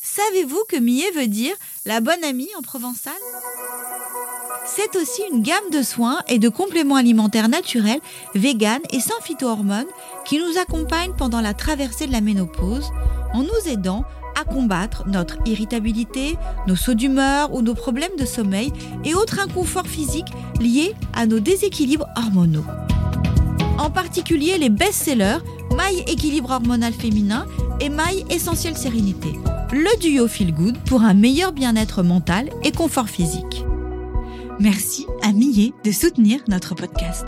Savez-vous que millet veut dire la bonne amie en provençal ? C'est aussi une gamme de soins et de compléments alimentaires naturels, véganes et sans phytohormones qui nous accompagnent pendant la traversée de la ménopause en nous aidant à combattre notre irritabilité, nos sauts d'humeur ou nos problèmes de sommeil et autres inconforts physiques liés à nos déséquilibres hormonaux. En particulier les best-sellers Maille équilibre hormonal féminin et Maille essentiel sérénité. Le duo Feel Good pour un meilleur bien-être mental et confort physique. Merci à Millet de soutenir notre podcast.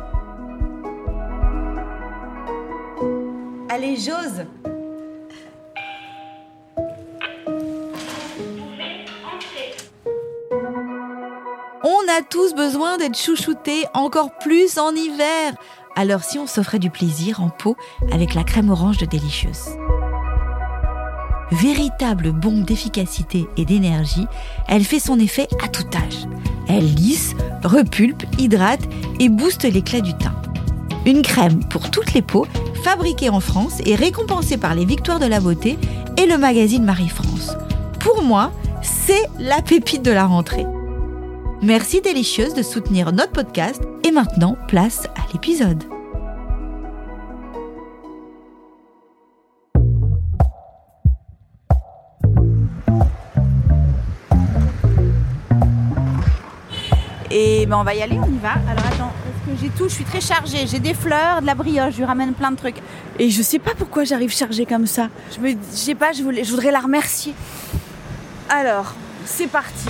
Allez, j'ose. On a tous besoin d'être chouchoutés, encore plus en hiver. Alors si on s'offrait du plaisir en pot avec la crème orange de Delicious. Véritable bombe d'efficacité et d'énergie, elle fait son effet à tout âge. Elle lisse, repulpe, hydrate et booste l'éclat du teint. Une crème pour toutes les peaux, fabriquée en France et récompensée par les Victoires de la beauté et le magazine Marie-France. Pour moi, c'est la pépite de la rentrée. Merci Delicious de soutenir notre podcast et maintenant, place à l'épisode. Et on va y aller, on y va. Alors attends, parce que j'ai tout, je suis très chargée. J'ai des fleurs, de la brioche, je lui ramène plein de trucs. Et je sais pas pourquoi j'arrive chargée comme ça. Je sais pas, je voudrais la remercier. Alors, c'est parti.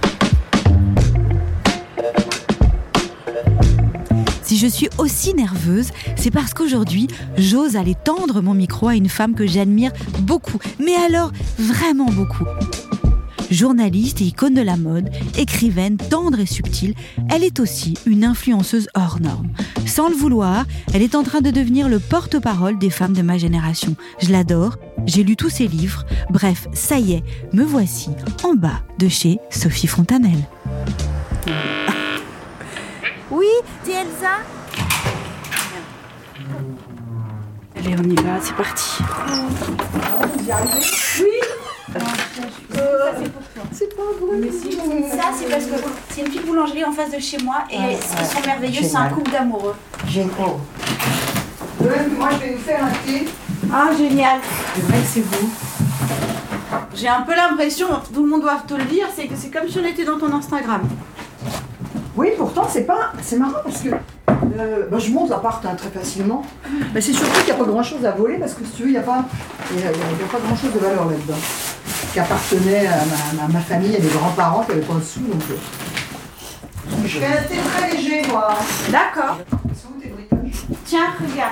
Si je suis aussi nerveuse, c'est parce qu'aujourd'hui, j'ose aller tendre mon micro à une femme que j'admire beaucoup. Mais alors, vraiment beaucoup. Journaliste et icône de la mode, écrivaine tendre et subtile, elle est aussi une influenceuse hors norme. Sans le vouloir, elle est en train de devenir le porte-parole des femmes de ma génération. Je l'adore, j'ai lu tous ses livres. Bref, ça y est, me voici en bas de chez Sophie Fontanelle. Oui, c'est Elsa. Allez, on y va, c'est parti. Vous y arrivez ? Oui. Ça, c'est pour toi. C'est pas vrai. Mais si, ça, c'est parce que c'est une petite boulangerie en face de chez moi et ils sont merveilleux, c'est un couple d'amoureux. Génial. Moi, je vais vous faire un thé. Ah, génial. C'est vrai que c'est beau. J'ai un peu l'impression, tout le monde doit te le dire, c'est que c'est comme si on était dans ton Instagram. Oui, pourtant, c'est marrant parce que je monte l'appart très facilement. Mais c'est surtout qu'il n'y a pas grand-chose à voler parce que si tu veux, il n'y a pas grand-chose de valeur là-dedans. Qui appartenait à ma famille, à mes grands-parents qui n'avaient pas de sous. Donc, je fais un thé très léger, moi. D'accord. Tiens, regarde.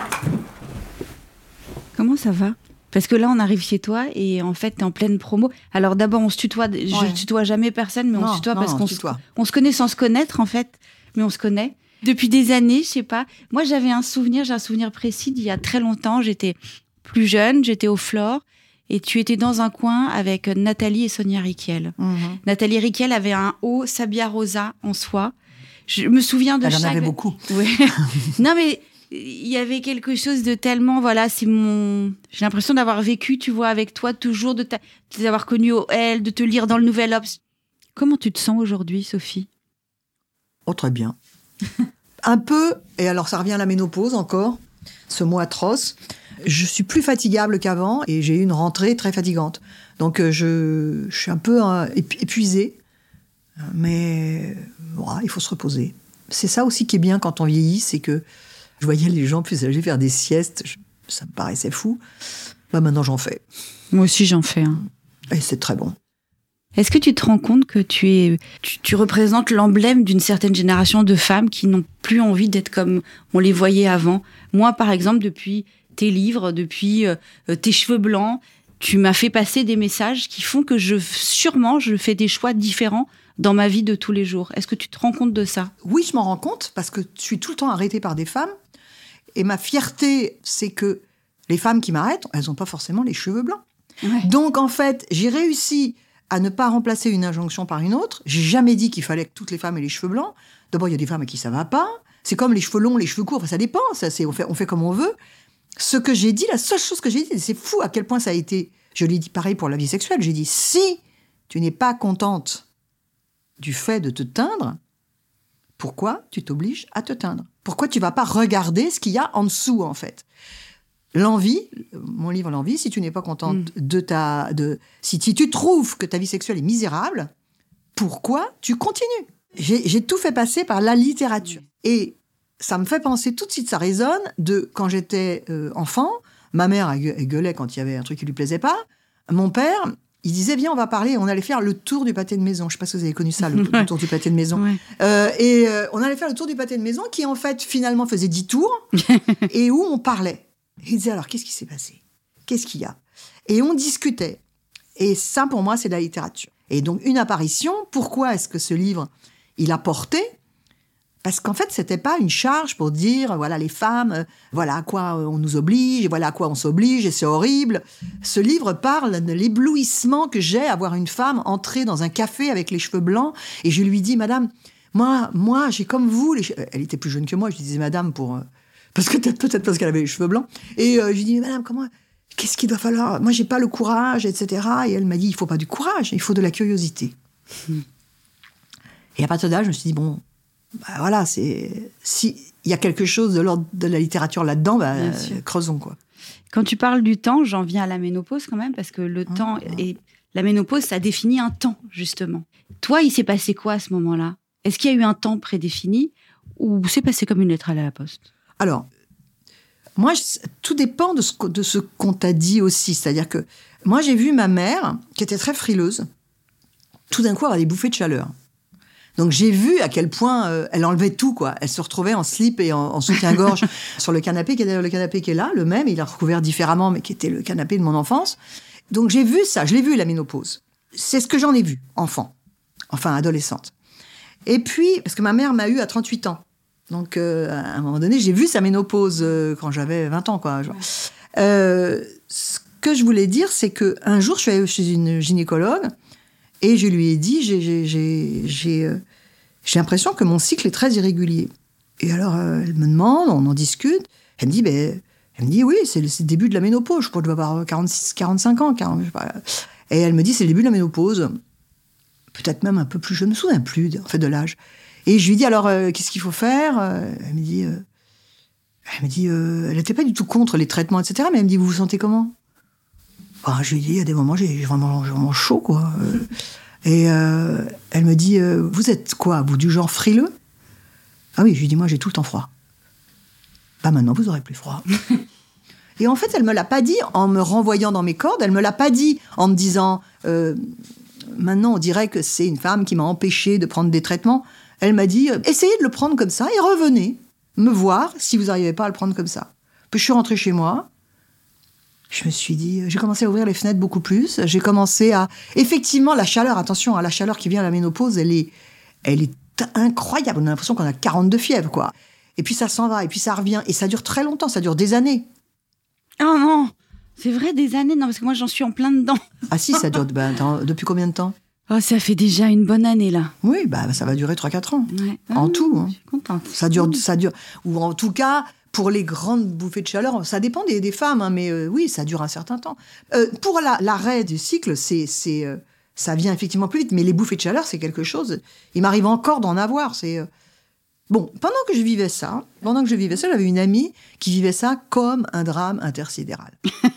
Comment ça va ? Parce que là, on arrive chez toi et en fait, t'es en pleine promo. Alors d'abord, on se tutoie. Je tutoie jamais personne, mais on se tutoie parce qu'on se connaît sans se connaître, en fait. Mais on se connaît. Depuis des années, je sais pas. Moi, j'ai un souvenir précis d'il y a très longtemps. J'étais plus jeune, j'étais au Flore. Et tu étais dans un coin avec Nathalie et Sonia Rykiel. Mm-hmm. Nathalie Rykiel avait un haut Sabia Rosa en soie. Je me souviens de Elle en avait beaucoup. Ouais. Non, mais il y avait quelque chose de tellement... Voilà, j'ai l'impression d'avoir vécu, tu vois, avec toi, toujours, de t'avoir connu au L, de te lire dans le Nouvel Obs. Comment tu te sens aujourd'hui, Sophie ? Oh, très bien. Un peu, et alors ça revient à la ménopause encore, ce mot atroce. Je suis plus fatigable qu'avant et j'ai eu une rentrée très fatigante. Donc je suis un peu épuisée, mais voilà, il faut se reposer. C'est ça aussi qui est bien quand on vieillit, c'est que je voyais les gens plus âgés faire des siestes, ça me paraissait fou. Maintenant j'en fais. Moi aussi j'en fais. Et c'est très bon. Est-ce que tu te rends compte que tu représentes l'emblème d'une certaine génération de femmes qui n'ont plus envie d'être comme on les voyait avant ? Moi par exemple, depuis tes livres, depuis tes cheveux blancs, tu m'as fait passer des messages qui font que je fais des choix différents dans ma vie de tous les jours. Est-ce que tu te rends compte de ça ? Oui, je m'en rends compte parce que je suis tout le temps arrêtée par des femmes. Et ma fierté, c'est que les femmes qui m'arrêtent, elles n'ont pas forcément les cheveux blancs. Ouais. Donc en fait, j'ai réussi à ne pas remplacer une injonction par une autre. J'ai jamais dit qu'il fallait que toutes les femmes aient les cheveux blancs. D'abord, il y a des femmes à qui ça va pas. C'est comme les cheveux longs, les cheveux courts, ça dépend. On fait comme on veut. Ce que j'ai dit, la seule chose que j'ai dit, c'est fou à quel point ça a été Je lui ai dit pareil pour la vie sexuelle. J'ai dit, si tu n'es pas contente du fait de te teindre, pourquoi tu t'obliges à te teindre? Pourquoi tu vas pas regarder ce qu'il y a en dessous, en fait? L'envie, mon livre L'envie, si tu n'es pas contente si tu trouves que ta vie sexuelle est misérable, pourquoi tu continues? J'ai tout fait passer par la littérature. Et ça me fait penser tout de suite, ça résonne de quand j'étais enfant, ma mère elle gueulait quand il y avait un truc qui lui plaisait pas. Mon père, il disait, viens, on va parler, on allait faire le tour du pâté de maison. Je sais pas si vous avez connu ça, le tour du pâté de maison. Ouais. On allait faire le tour du pâté de maison qui, en fait, finalement faisait 10 tours et où on parlait. Et il disait, alors, qu'est-ce qui s'est passé? Qu'est-ce qu'il y a? Et on discutait. Et ça, pour moi, c'est de la littérature. Et donc, une apparition, pourquoi est-ce que ce livre, il a porté? Parce qu'en fait, c'était pas une charge pour dire, voilà, les femmes, voilà à quoi on nous oblige, et voilà à quoi on s'oblige, et c'est horrible. Ce livre parle de l'éblouissement que j'ai à voir une femme entrer dans un café avec les cheveux blancs, et je lui dis, madame, moi, j'ai comme vous, elle était plus jeune que moi, je lui disais, madame, peut-être parce qu'elle avait les cheveux blancs, et je lui dis, madame, qu'est-ce qu'il doit falloir? Moi, j'ai pas le courage, etc. Et elle m'a dit, il faut pas du courage, il faut de la curiosité. Et à partir de là, je me suis dit, bon, voilà, s'il y a quelque chose de l'ordre de la littérature là-dedans, creusons, quoi. Quand tu parles du temps, j'en viens à la ménopause quand même, parce que le temps et la ménopause, ça définit un temps, justement. Toi, il s'est passé quoi à ce moment-là? Est-ce qu'il y a eu un temps prédéfini ou c'est passé comme une lettre à la poste? Alors, moi, tout dépend de ce qu'on t'a dit aussi. C'est-à-dire que moi, j'ai vu ma mère, qui était très frileuse, tout d'un coup avoir des bouffées de chaleur. Donc, j'ai vu à quel point elle enlevait tout, quoi. Elle se retrouvait en slip et en soutien-gorge sur le canapé, qui est d'ailleurs le canapé qui est là, le même, il a recouvert différemment, mais qui était le canapé de mon enfance. Donc, j'ai vu ça, je l'ai vu, la ménopause. C'est ce que j'en ai vu, enfant, enfin adolescente. Et puis, parce que ma mère m'a eu à 38 ans. Donc, à un moment donné, j'ai vu sa ménopause quand j'avais 20 ans, quoi. Ce que je voulais dire, c'est qu'un jour, je suis allée chez une gynécologue et je lui ai dit, j'ai l'impression que mon cycle est très irrégulier. Et alors, elle me demande, on en discute. Elle me dit, oui, c'est le début de la ménopause. Je crois que je dois avoir 46, 45 ans. 40, je sais pas. Et elle me dit, c'est le début de la ménopause. Peut-être même un peu plus, je ne me souviens plus, en fait, de l'âge. Et je lui dis, alors, qu'est-ce qu'il faut faire? Elle me dit, elle n'était pas du tout contre les traitements, etc. Mais elle me dit, vous vous sentez comment? Je lui dis, à des moments, j'ai vraiment chaud, quoi. Et elle me dit, vous êtes quoi, vous, du genre frileux? Ah oui, je lui dis, moi, j'ai tout le temps froid. Maintenant, vous aurez plus froid. Et en fait, elle me l'a pas dit en me renvoyant dans mes cordes, elle me l'a pas dit en me disant, maintenant, on dirait que c'est une femme qui m'a empêché de prendre des traitements. Elle m'a dit, essayez de le prendre comme ça et revenez me voir si vous n'arrivez pas à le prendre comme ça. Puis je suis rentrée chez moi. Je me suis dit, j'ai commencé à ouvrir les fenêtres beaucoup plus. J'ai commencé à... Effectivement, la chaleur, attention, la chaleur qui vient à la ménopause, elle est incroyable. On a l'impression qu'on a 42 fièvres, quoi. Et puis ça s'en va, et puis ça revient. Et ça dure très longtemps, ça dure des années. Oh non, c'est vrai, des années? Non, parce que moi, j'en suis en plein dedans. Ah si, ça dure depuis combien de temps? Oh, ça fait déjà une bonne année, là. Oui, ça va durer 3-4 ans. Ouais. En tout. Hein. Je suis contente. Ça dure. Ou en tout cas, pour les grandes bouffées de chaleur, ça dépend des femmes, hein, mais oui, ça dure un certain temps. Pour l'arrêt du cycle, ça vient effectivement plus vite, mais les bouffées de chaleur, c'est quelque chose... Il m'arrive encore d'en avoir, Bon, pendant que je vivais ça, j'avais une amie qui vivait ça comme un drame intersidéral.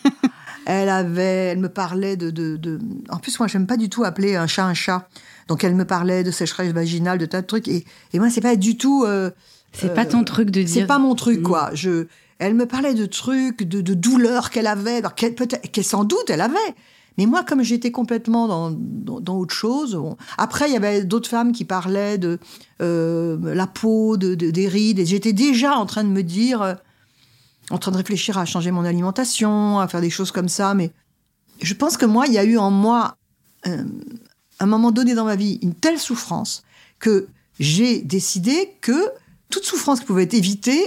Elle me parlait de... En plus, moi, j'aime pas du tout appeler un chat. Donc, elle me parlait de sécheresse vaginale, de tas de trucs. Et moi, c'est pas du tout... c'est pas ton truc de dire... C'est pas mon truc, quoi. Elle me parlait de trucs, de douleurs qu'elle avait, qu'elle sans doute elle avait. Mais moi, comme j'étais complètement dans autre chose... Après, il y avait d'autres femmes qui parlaient de la peau, des rides. Et j'étais déjà en train de me dire... en train de réfléchir à changer mon alimentation, à faire des choses comme ça. Mais je pense que moi, il y a eu en moi, à un moment donné dans ma vie, une telle souffrance que j'ai décidé que toute souffrance qui pouvait être évitée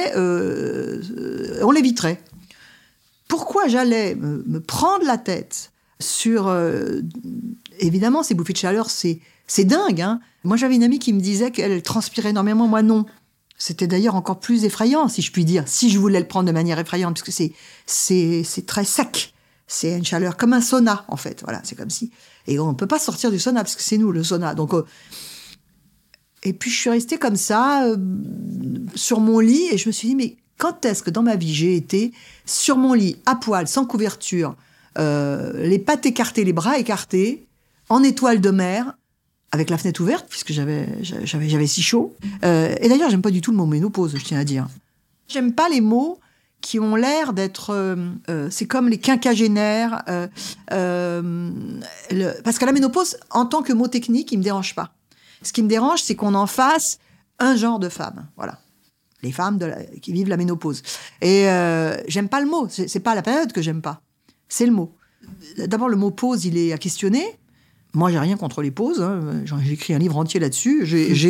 on l'éviterait. Pourquoi j'allais me prendre la tête sur... évidemment, ces bouffées de chaleur, c'est dingue. Hein. Moi, j'avais une amie qui me disait qu'elle transpirait énormément, moi non. C'était d'ailleurs encore plus effrayant, si je puis dire, si je voulais le prendre de manière effrayante, parce que c'est très sec. C'est une chaleur comme un sauna, en fait. Voilà, c'est comme si... Et on ne peut pas sortir du sauna, parce que c'est nous, le sauna. Donc, et puis, je suis restée comme ça, sur mon lit, et je me suis dit, mais quand est-ce que dans ma vie, j'ai été sur mon lit, à poil, sans couverture, les pattes écartées, les bras écartés, en étoile de mer, avec la fenêtre ouverte, puisque j'avais si chaud. Et d'ailleurs, j'aime pas du tout le mot ménopause, je tiens à dire. J'aime pas les mots qui ont l'air d'être... c'est comme les quinquagénaires. Parce que la ménopause, en tant que mot technique, il me dérange pas. Ce qui me dérange, c'est qu'on en fasse un genre de femme. Voilà. Les femmes qui vivent la ménopause. Et j'aime pas le mot. C'est pas la période que j'aime pas. C'est le mot. D'abord, le mot pause, il est à questionner. Moi, j'ai rien contre les pauses. Hein. J'ai écrit un livre entier là-dessus.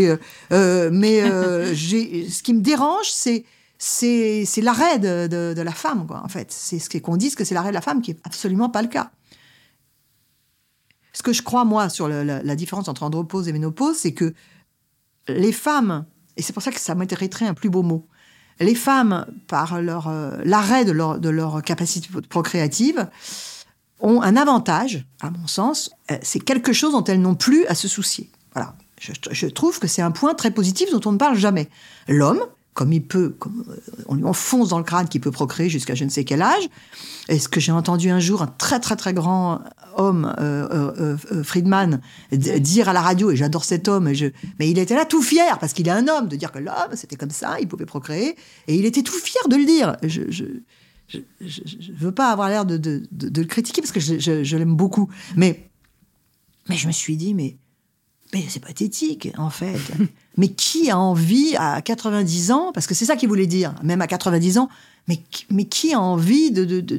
Ce qui me dérange, c'est l'arrêt de la femme, quoi, en fait. C'est ce qu'on dise que c'est l'arrêt de la femme, qui est absolument pas le cas. Ce que je crois, moi, sur la différence entre andropause et ménopause, c'est que les femmes, et c'est pour ça que ça m'intéresserait un plus beau mot, les femmes, par l'arrêt de leur capacité procréative, ont un avantage, à mon sens, c'est quelque chose dont elles n'ont plus à se soucier. Voilà. Je trouve que c'est un point très positif dont on ne parle jamais. L'homme, comme on lui enfonce dans le crâne qu'il peut procréer jusqu'à je ne sais quel âge. Et ce que j'ai entendu un jour un très très très grand homme, Friedman, dire à la radio, et j'adore cet homme, mais il était là tout fier, parce qu'il est un homme, de dire que l'homme, c'était comme ça, il pouvait procréer, et il était tout fier de le dire. Je veux pas avoir l'air de le critiquer, parce que je l'aime beaucoup. Mais je me suis dit, mais c'est pathétique, en fait. Mais qui a envie, à 90 ans, parce que c'est ça qu'il voulait dire, même à 90 ans, mais qui a envie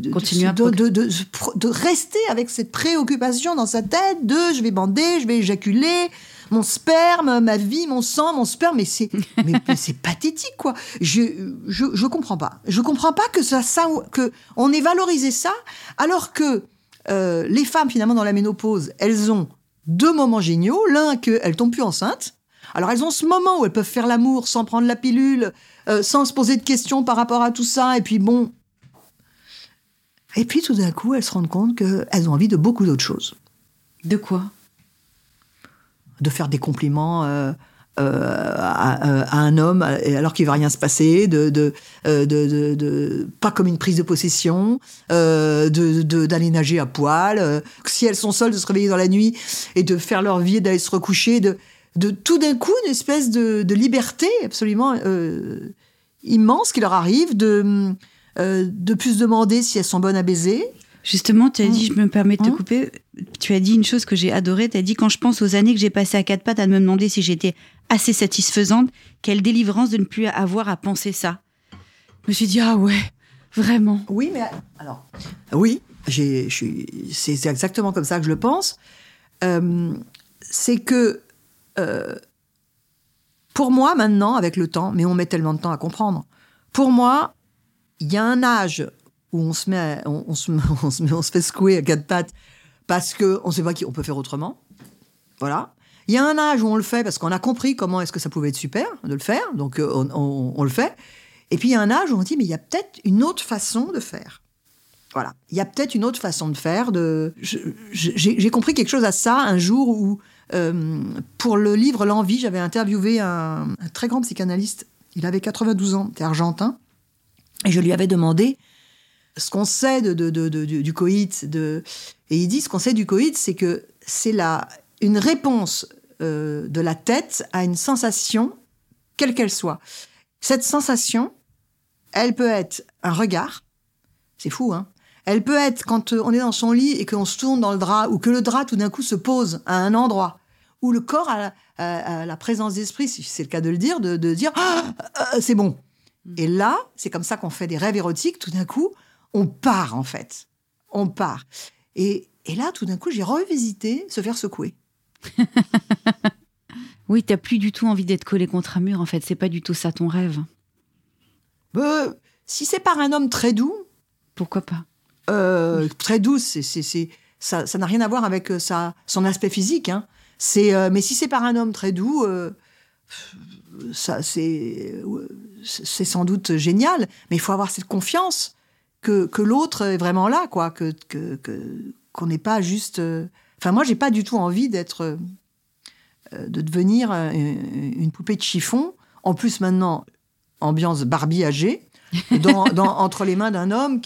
de rester avec cette préoccupation dans sa tête je vais bander, je vais éjaculer, mon sperme, ma vie, mon sang, mon sperme, mais c'est pathétique, quoi. Je comprends pas. Je comprends pas que on ait valorisé ça, alors que les femmes, finalement, dans la ménopause, elles ont 2 moments géniaux. L'un, qu'elles tombent plus enceintes. Alors, elles ont ce moment où elles peuvent faire l'amour sans prendre la pilule, sans se poser de questions par rapport à tout ça. Et puis, bon... Et puis, tout d'un coup, elles se rendent compte qu'elles ont envie de beaucoup d'autres choses. De quoi ? De faire des compliments à un homme alors qu'il ne va rien se passer, pas comme une prise de possession, d'aller nager à poil, si elles sont seules, de se réveiller dans la nuit et de faire leur vie et d'aller se recoucher, de tout d'un coup une espèce de liberté absolument immense qui leur arrive, de plus demander si elles sont bonnes à baiser. Justement, tu as dit, je me permets de te couper, tu as dit une chose que j'ai adorée, tu as dit, quand je pense aux années que j'ai passées à 4 pattes à me demander si j'étais assez satisfaisante, quelle délivrance de ne plus avoir à penser ça. Je me suis dit, ah ouais, vraiment. Oui, mais alors, oui, c'est exactement comme ça que je le pense. C'est que, pour moi, maintenant, avec le temps, mais on met tellement de temps à comprendre, pour moi, il y a un âge où on se fait secouer à 4 pattes parce qu'on ne sait pas qu'on peut faire autrement. Voilà. Il y a un âge où on le fait parce qu'on a compris comment est-ce que ça pouvait être super de le faire, donc on le fait. Et puis il y a un âge où on dit, mais il y a peut-être une autre façon de faire. Voilà. Il y a peut-être une autre façon de faire. J'ai compris quelque chose à ça un jour où, pour le livre L'Envie, j'avais interviewé un très grand psychanalyste. Il avait 92 ans, il était argentin. Et je lui avais demandé ce qu'on sait du coït. Et il dit, ce qu'on sait du coït, c'est que c'est une réponse de la tête à une sensation, quelle qu'elle soit. Cette sensation, elle peut être un regard. C'est fou, hein. Elle peut être quand on est dans son lit et qu'on se tourne dans le drap, ou que le drap, tout d'un coup, se pose à un endroit, où le corps a la présence d'esprit, si c'est le cas de le dire, de dire « c'est bon ». Et là, c'est comme ça qu'on fait des rêves érotiques. Tout d'un coup, on part, en fait. On part. Et là, tout d'un coup, j'ai revisité se faire secouer. Oui, t'as plus du tout envie d'être collé contre un mur, en fait. C'est pas du tout ça, ton rêve. Si c'est par un homme très doux... Pourquoi pas ? Très doux, ça n'a rien à voir avec son aspect physique. Hein. Mais si c'est par un homme très doux... ça, c'est sans doute génial, mais il faut avoir cette confiance que l'autre est vraiment là, quoi, qu'on n'est pas juste... Enfin, moi, j'ai pas du tout envie de devenir une poupée de chiffon. En plus, maintenant, ambiance Barbie âgée, entre les mains d'un homme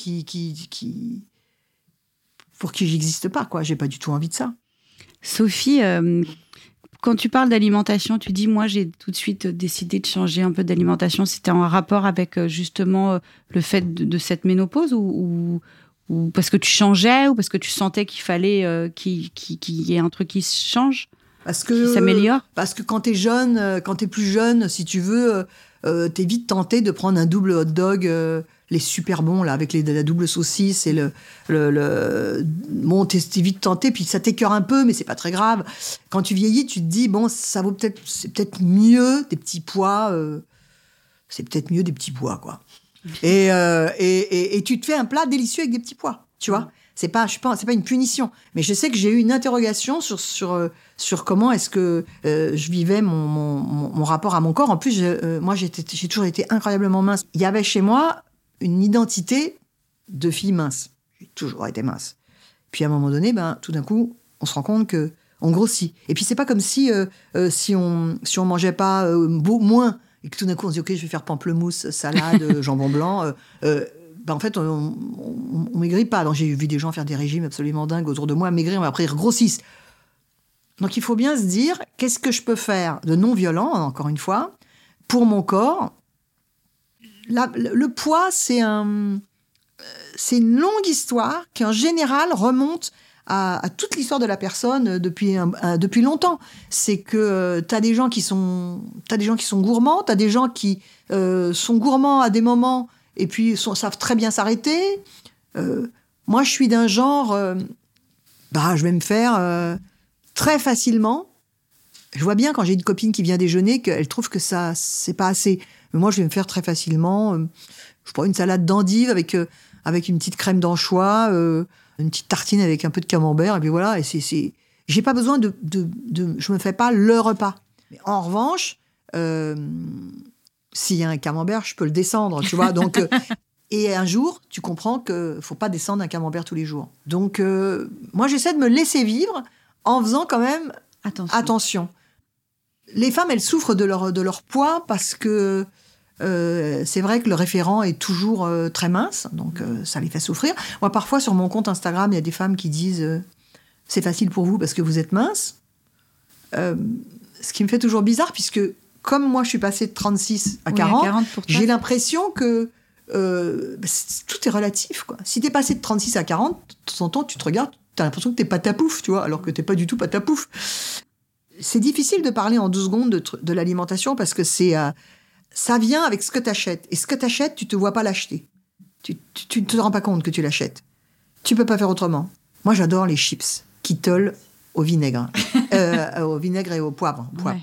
pour qui j'existe pas, quoi. J'ai pas du tout envie de ça. Sophie, quand tu parles d'alimentation, tu dis, moi, j'ai tout de suite décidé de changer un peu d'alimentation. C'était en rapport avec, justement, le fait de cette ménopause ou parce que tu changeais ou parce que tu sentais qu'il fallait qu'il y ait un truc qui se change, qui s'améliore? Parce que quand t'es jeune, quand t'es plus jeune, si tu veux, t'es vite tenté de prendre un double hot dog, les super bons, là, avec la double saucisse et bon, t'es vite tenté, puis ça t'écœure un peu, mais c'est pas très grave. Quand tu vieillis, tu te dis, bon, c'est peut-être mieux des petits pois, quoi. Et tu te fais un plat délicieux avec des petits pois, tu vois. C'est pas une punition. Mais je sais que j'ai eu une interrogation sur comment est-ce que je vivais mon rapport à mon corps. En plus, moi, j'ai toujours été incroyablement mince. Il y avait chez moi une identité de fille mince. J'ai toujours été mince. Puis à un moment donné, tout d'un coup, on se rend compte que on grossit. Et puis c'est pas comme si on mangeait pas moins et que tout d'un coup on se dit ok, je vais faire pamplemousse, salade, jambon blanc. En fait, on maigrit pas. Donc, j'ai vu des gens faire des régimes absolument dingues autour de moi, maigrir, mais après ils grossissent. Donc il faut bien se dire, qu'est-ce que je peux faire de non violent, encore une fois, pour mon corps. Le poids, c'est une longue histoire qui en général remonte à toute l'histoire de la personne depuis longtemps. C'est que t'as des gens qui sont gourmands, t'as des gens qui sont gourmands à des moments et puis savent très bien s'arrêter. Moi, je suis d'un genre, je vais me faire très facilement. Je vois bien quand j'ai une copine qui vient déjeuner qu'elle trouve que ça, c'est pas assez. Mais moi, je vais me faire très facilement, je prends une salade d'endive avec une petite crème d'anchois, une petite tartine avec un peu de camembert, et puis voilà. Et j'ai pas besoin je me fais pas le repas. Mais en revanche, s'il y a un camembert, je peux le descendre, tu vois. Donc, et un jour, tu comprends qu'il faut pas descendre un camembert tous les jours. Donc, moi, j'essaie de me laisser vivre en faisant quand même attention. Les femmes, elles souffrent de leur poids parce que c'est vrai que le référent est toujours très mince, donc ça les fait souffrir. Moi, parfois, sur mon compte Instagram, il y a des femmes qui disent c'est facile pour vous parce que vous êtes mince. Ce qui me fait toujours bizarre, puisque comme moi, je suis passée de 36 à 40, j'ai l'impression que tout est relatif, quoi. Si t'es passé de 36 à 40, de temps en temps, tu te regardes, t'as l'impression que t'es patapouf, tu vois, alors que t'es pas du tout patapouf. C'est difficile de parler en 12 secondes de l'alimentation parce que ça vient avec ce que t'achètes. Et ce que t'achètes, tu te vois pas l'acheter. Tu ne te rends pas compte que tu l'achètes. Tu peux pas faire autrement. Moi, j'adore les chips Kittle au vinaigre. Au vinaigre et au poivre. Ouais.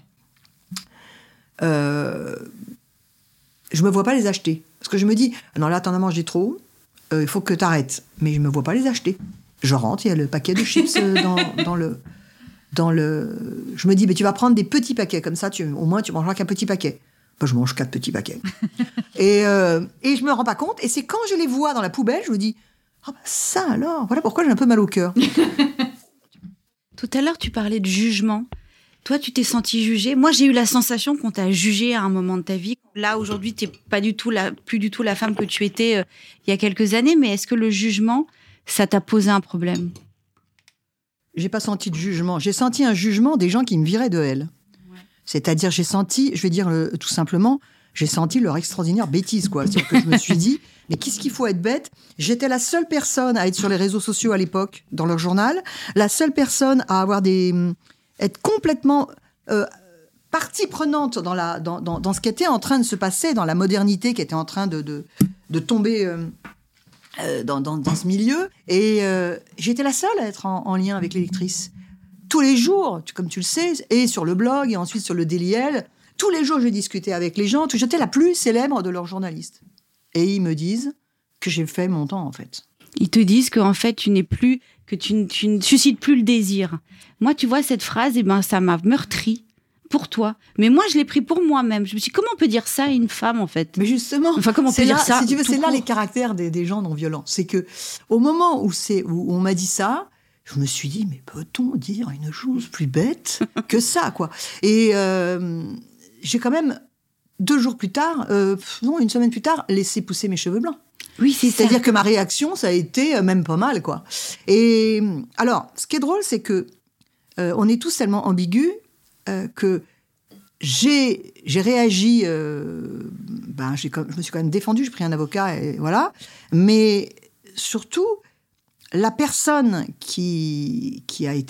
Je me vois pas les acheter. Parce que je me dis, non, là, t'en as mangé trop, il faut que t'arrêtes. Mais je me vois pas les acheter. Je rentre, il y a le paquet de chips dans le... Je me dis, mais tu vas prendre des petits paquets, comme ça, au moins, tu mangeras qu'un petit paquet. Je mange 4 petits paquets. et je me rends pas compte. Et c'est quand je les vois dans la poubelle, je me dis, ça alors, voilà pourquoi j'ai un peu mal au cœur. Tout à l'heure, tu parlais de jugement. Toi, tu t'es sentie jugée. Moi, j'ai eu la sensation qu'on t'a jugée à un moment de ta vie. Là, aujourd'hui, tu n'es plus du tout la femme que tu étais il y a quelques années. Mais est-ce que le jugement, ça t'a posé un problème? J'ai pas senti de jugement. J'ai senti un jugement des gens qui me viraient de elle. Ouais. C'est-à-dire, j'ai senti, je vais dire tout simplement, j'ai senti leur extraordinaire bêtise, quoi. C'est-à-dire que je me suis dit, mais qu'est-ce qu'il faut être bête? J'étais la seule personne à être sur les réseaux sociaux à l'époque, dans leur journal, la seule personne à être complètement partie prenante dans ce qui était en train de se passer, dans la modernité qui était en train de tomber dans ce milieu. Et j'étais la seule à être en lien avec les lectrices. Tous les jours, comme tu le sais, et sur le blog, et ensuite sur le DLiel, tous les jours, je discutais avec les gens. J'étais la plus célèbre de leurs journalistes. Et ils me disent que j'ai fait mon temps, en fait. Ils te disent qu'en fait, tu ne suscites plus le désir. Moi, tu vois, cette phrase, ça m'a meurtrie. pour toi. Mais moi, je l'ai pris pour moi-même. Je me suis dit, comment on peut dire ça à une femme, en fait? Mais justement, enfin, comment on peut dire ça? Si tu veux, c'est là les caractères des gens non violents. C'est que au moment où on m'a dit ça, je me suis dit, mais peut-on dire une chose plus bête que ça, quoi? Et j'ai quand même 2 jours plus tard, une semaine plus tard, laissé pousser mes cheveux blancs. Oui, c'est-à-dire que ma réaction, ça a été même pas mal, quoi. Et alors, ce qui est drôle, c'est que on est tous tellement ambigus que j'ai réagi. Je me suis quand même défendue, j'ai pris un avocat et voilà. Mais surtout, la personne qui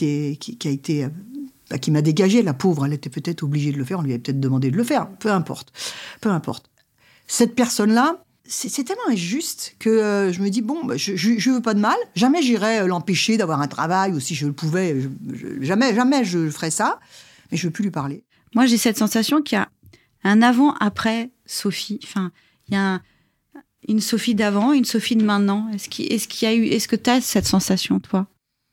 m'a dégagée, la pauvre, elle était peut-être obligée de le faire, on lui avait peut-être demandé de le faire, peu importe. Cette personne-là, c'est tellement injuste que je me dis, je veux pas de mal, jamais j'irai l'empêcher d'avoir un travail, ou si je le pouvais, jamais je ferais ça, mais je veux plus lui parler. Moi, j'ai cette sensation qu'il y a un avant-après Sophie. Enfin, il y a une Sophie d'avant, une Sophie de maintenant. Est-ce que tu as cette sensation, toi?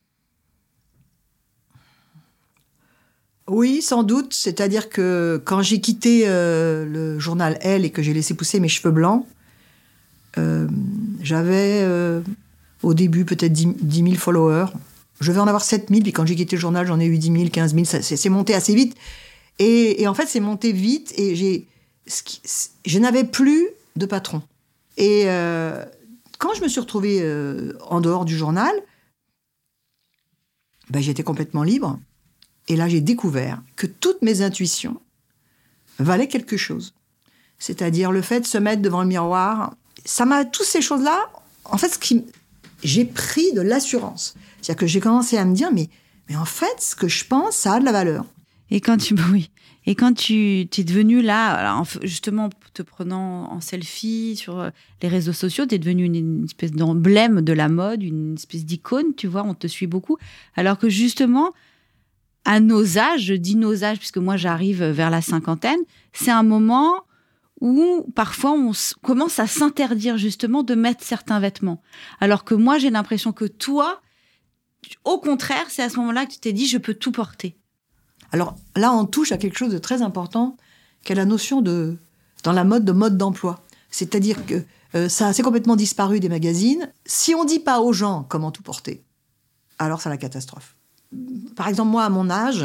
Oui, sans doute. C'est-à-dire que quand j'ai quitté le journal Elle et que j'ai laissé pousser mes cheveux blancs, j'avais au début peut-être 10 000 followers. Je vais en avoir 7 000, puis quand j'ai quitté le journal, j'en ai eu 10 000, 15 000. C'est monté assez vite. Et en fait, c'est monté vite et je n'avais plus de patron. Et quand je me suis retrouvée en dehors du journal, j'étais complètement libre. Et là, j'ai découvert que toutes mes intuitions valaient quelque chose. C'est-à-dire le fait de se mettre devant le miroir, toutes ces choses-là, en fait, j'ai pris de l'assurance. C'est-à-dire que j'ai commencé à me dire, mais en fait, ce que je pense, ça a de la valeur. Et quand tu es devenue là, alors justement, te prenant en selfie sur les réseaux sociaux, tu es devenue une espèce d'emblème de la mode, une espèce d'icône, tu vois, on te suit beaucoup. Alors que justement, à nos âges, je dis nos âges, puisque moi j'arrive vers la cinquantaine, c'est un moment où parfois on commence à s'interdire justement de mettre certains vêtements. Alors que moi, j'ai l'impression que toi, au contraire, c'est à ce moment-là que tu t'es dit, je peux tout porter. Alors là, on touche à quelque chose de très important, qu'est la notion dans la mode, de mode d'emploi. C'est-à-dire que ça s'est complètement disparu des magazines. Si on ne dit pas aux gens comment tout porter, alors c'est la catastrophe. Par exemple, moi, à mon âge,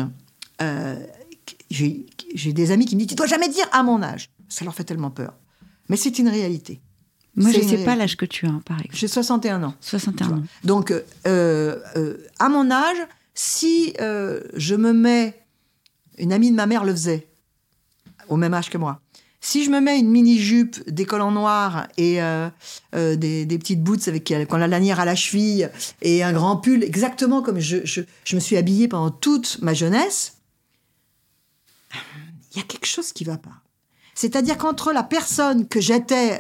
j'ai des amis qui me disent « Tu ne dois jamais dire à mon âge ». Ça leur fait tellement peur. Mais c'est une réalité. Moi, je ne sais pas l'âge que tu as, par exemple. J'ai 61 ans. 61 ans. Donc, à mon âge, si je me mets... Une amie de ma mère le faisait, au même âge que moi. Si je me mets une mini-jupe, des collants noirs et des petites boots avec la lanière à la cheville et un grand pull, exactement comme je me suis habillée pendant toute ma jeunesse, il y a quelque chose qui ne va pas. C'est-à-dire qu'entre la personne que j'étais...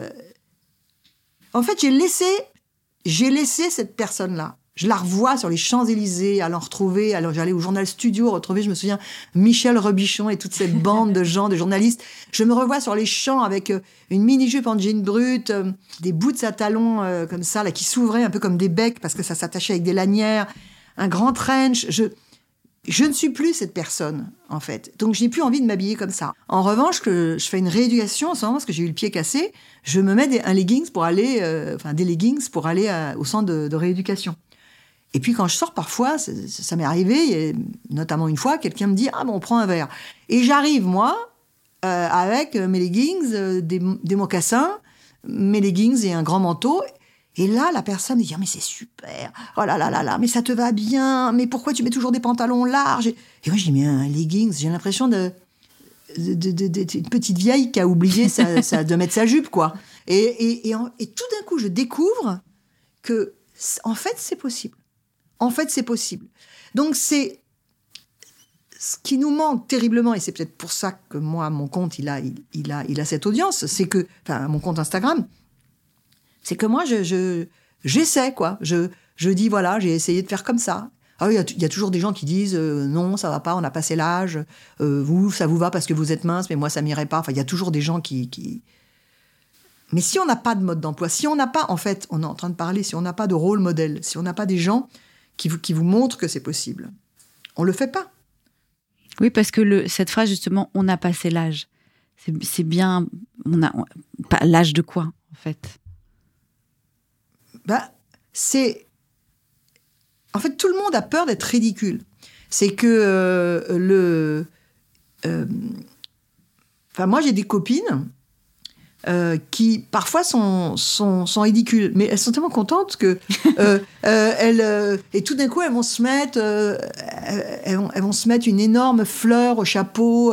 En fait, j'ai laissé cette personne-là. Je la revois sur les Champs-Élysées, à l'en retrouver. Alors, j'allais au Journal Studio retrouver, je me souviens, Michel Robichon et toute cette bande de gens, de journalistes. Je me revois sur les champs avec une mini-jupe en jean brut, des boots à talons comme ça, là, qui s'ouvraient un peu comme des becs parce que ça s'attachait avec des lanières, un grand trench. Je ne suis plus cette personne, en fait. Donc, je n'ai plus envie de m'habiller comme ça. En revanche, que je fais une rééducation en ce moment, parce que j'ai eu le pied cassé, je me mets des leggings pour aller au centre de rééducation. Et puis, quand je sors, parfois, ça m'est arrivé, et notamment une fois, quelqu'un me dit « Ah, on prend un verre ». Et j'arrive, moi, avec mes leggings, des mocassins, mes leggings et un grand manteau. Et là, la personne me dit « Mais c'est super, oh là là là là, mais ça te va bien, mais pourquoi tu mets toujours des pantalons larges ?» Et moi, je dis « Mais un leggings, j'ai l'impression d'être une petite vieille qui a oublié de mettre sa jupe, quoi. » Et tout d'un coup, je découvre que, en fait, c'est possible. En fait, c'est possible. Donc, c'est ce qui nous manque terriblement, et c'est peut-être pour ça que moi, mon compte, il a cette audience, c'est que, enfin, mon compte Instagram, c'est que moi, j'essaie, quoi. Je dis, voilà, j'ai essayé de faire comme ça. Ah oui, il y a toujours des gens qui disent, non, ça va pas, on a passé l'âge, vous, ça vous va parce que vous êtes mince, mais moi, ça m'irait pas. Enfin, il y a toujours des gens qui... Mais si on n'a pas de mode d'emploi, si on n'a pas, en fait, on est en train de parler, si on n'a pas de rôle modèle, si on n'a pas des gens qui vous montrent que c'est possible, on le fait pas. Oui, parce que cette phrase, justement, on a passé l'âge. C'est bien... pas l'âge de quoi, en fait? C'est... En fait, tout le monde a peur d'être ridicule. C'est que moi, j'ai des copines qui, parfois, sont ridicules. Mais elles sont tellement contentes que... et tout d'un coup, elles vont se mettre... elles vont se mettre une énorme fleur au chapeau.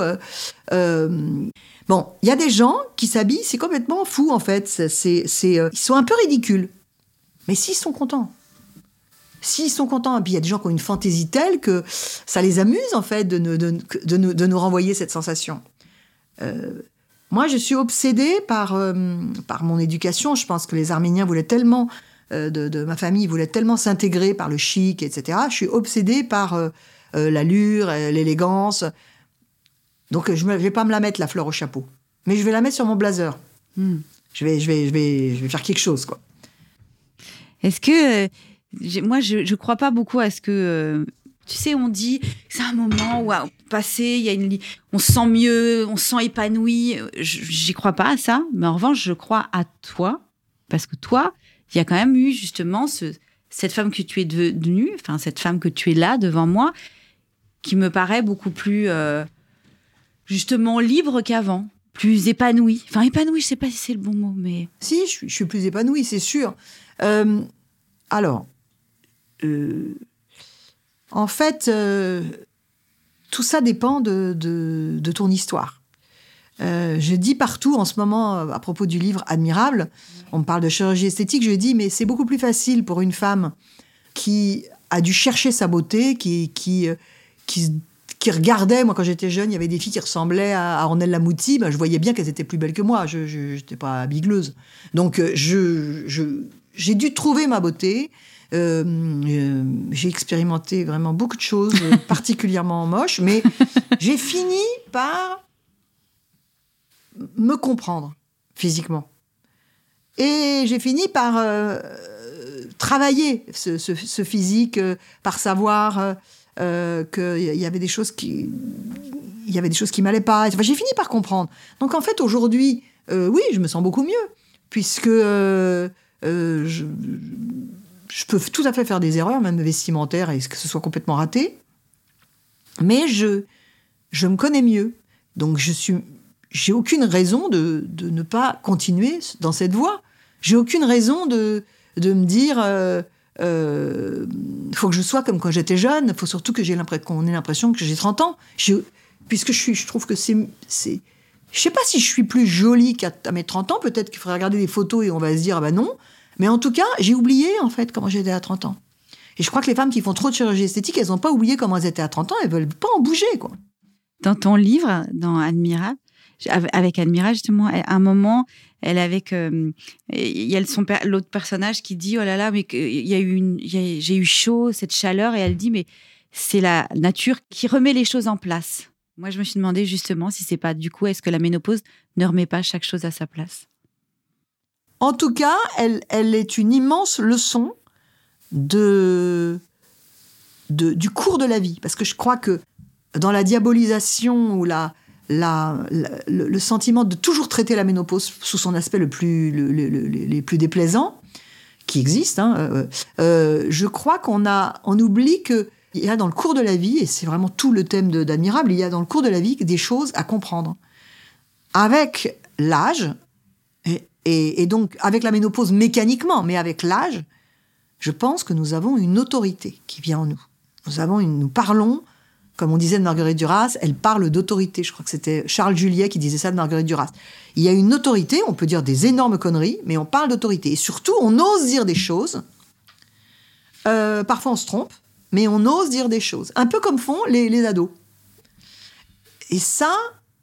Bon, il y a des gens qui s'habillent, c'est complètement fou, en fait. Ils sont un peu ridicules. Mais s'ils sont contents... S'ils sont contents, et puis il y a des gens qui ont une fantaisie telle que ça les amuse, en fait, de nous renvoyer cette sensation. Moi, je suis obsédée par mon éducation. Je pense que les Arméniens voulaient tellement, de ma famille, voulaient tellement s'intégrer par le chic, etc. Je suis obsédée par l'allure, l'élégance. Donc, je ne vais pas me la mettre, la fleur au chapeau. Mais je vais la mettre sur mon blazer. Je vais faire quelque chose, quoi. Est-ce que... moi, je crois pas beaucoup à ce que... tu sais, on dit, c'est un moment où, passé, on se sent mieux, on se sent épanoui. J'y crois pas à ça. Mais en revanche, je crois à toi. Parce que toi, il y a quand même eu, justement, cette femme que tu es devenue, enfin, cette femme que tu es là, devant moi, qui me paraît beaucoup plus, justement, libre qu'avant. Plus épanouie. Enfin, épanouie, je sais pas si c'est le bon mot, mais... Si, je suis plus épanouie, c'est sûr. Alors... en fait, tout ça dépend de ton histoire. Je dis partout en ce moment, à propos du livre Admirable, on me parle de chirurgie esthétique, je dis, mais c'est beaucoup plus facile pour une femme qui a dû chercher sa beauté, qui regardait, moi quand j'étais jeune, il y avait des filles qui ressemblaient à Ornelle Lamouty, je voyais bien qu'elles étaient plus belles que moi, je n'étais pas bigleuse. Donc j'ai dû trouver ma beauté. J'ai expérimenté vraiment beaucoup de choses particulièrement moches, mais j'ai fini par me comprendre physiquement. Et j'ai fini par travailler ce physique, par savoir qu'il y avait des choses qui m'allaient pas. Enfin, j'ai fini par comprendre. Donc en fait, aujourd'hui, oui, je me sens beaucoup mieux, puisque je peux tout à fait faire des erreurs, même vestimentaires, et que ce soit complètement raté. Mais je me connais mieux. Donc, j'ai aucune raison de ne pas continuer dans cette voie. J'ai aucune raison de me dire faut que je sois comme quand j'étais jeune. Il faut surtout qu'on ait l'impression que j'ai 30 ans. Puisque je trouve que c'est... Je sais pas si je suis plus jolie qu'à mes 30 ans. Peut-être qu'il faudrait regarder des photos et on va se dire, non. Mais en tout cas, j'ai oublié, en fait, comment j'étais à 30 ans. Et je crois que les femmes qui font trop de chirurgie esthétique, elles n'ont pas oublié comment elles étaient à 30 ans, elles ne veulent pas en bouger, quoi. Dans ton livre, dans Admirable, avec Admirable, justement, à un moment, elle avec... il y a l'autre personnage qui dit, oh là là, mais j'ai eu chaud, cette chaleur, et elle dit, mais c'est la nature qui remet les choses en place. Moi, je me suis demandé, justement, si c'est pas, du coup, est-ce que la ménopause ne remet pas chaque chose à sa place? En tout cas, elle est une immense leçon du cours de la vie. Parce que je crois que dans la diabolisation ou le sentiment de toujours traiter la ménopause sous son aspect les plus déplaisants, qui existent, je crois qu'on oublie qu'il y a dans le cours de la vie, et c'est vraiment tout le thème d'Admirable, il y a dans le cours de la vie des choses à comprendre. Avec l'âge... Et donc, avec la ménopause mécaniquement, mais avec l'âge, je pense que nous avons une autorité qui vient en nous. Nous parlons, comme on disait de Marguerite Duras, elle parle d'autorité. Je crois que c'était Charles Juliet qui disait ça de Marguerite Duras. Il y a une autorité, on peut dire des énormes conneries, mais on parle d'autorité. Et surtout, on ose dire des choses. Parfois, on se trompe, mais on ose dire des choses. Un peu comme font les ados. Et ça...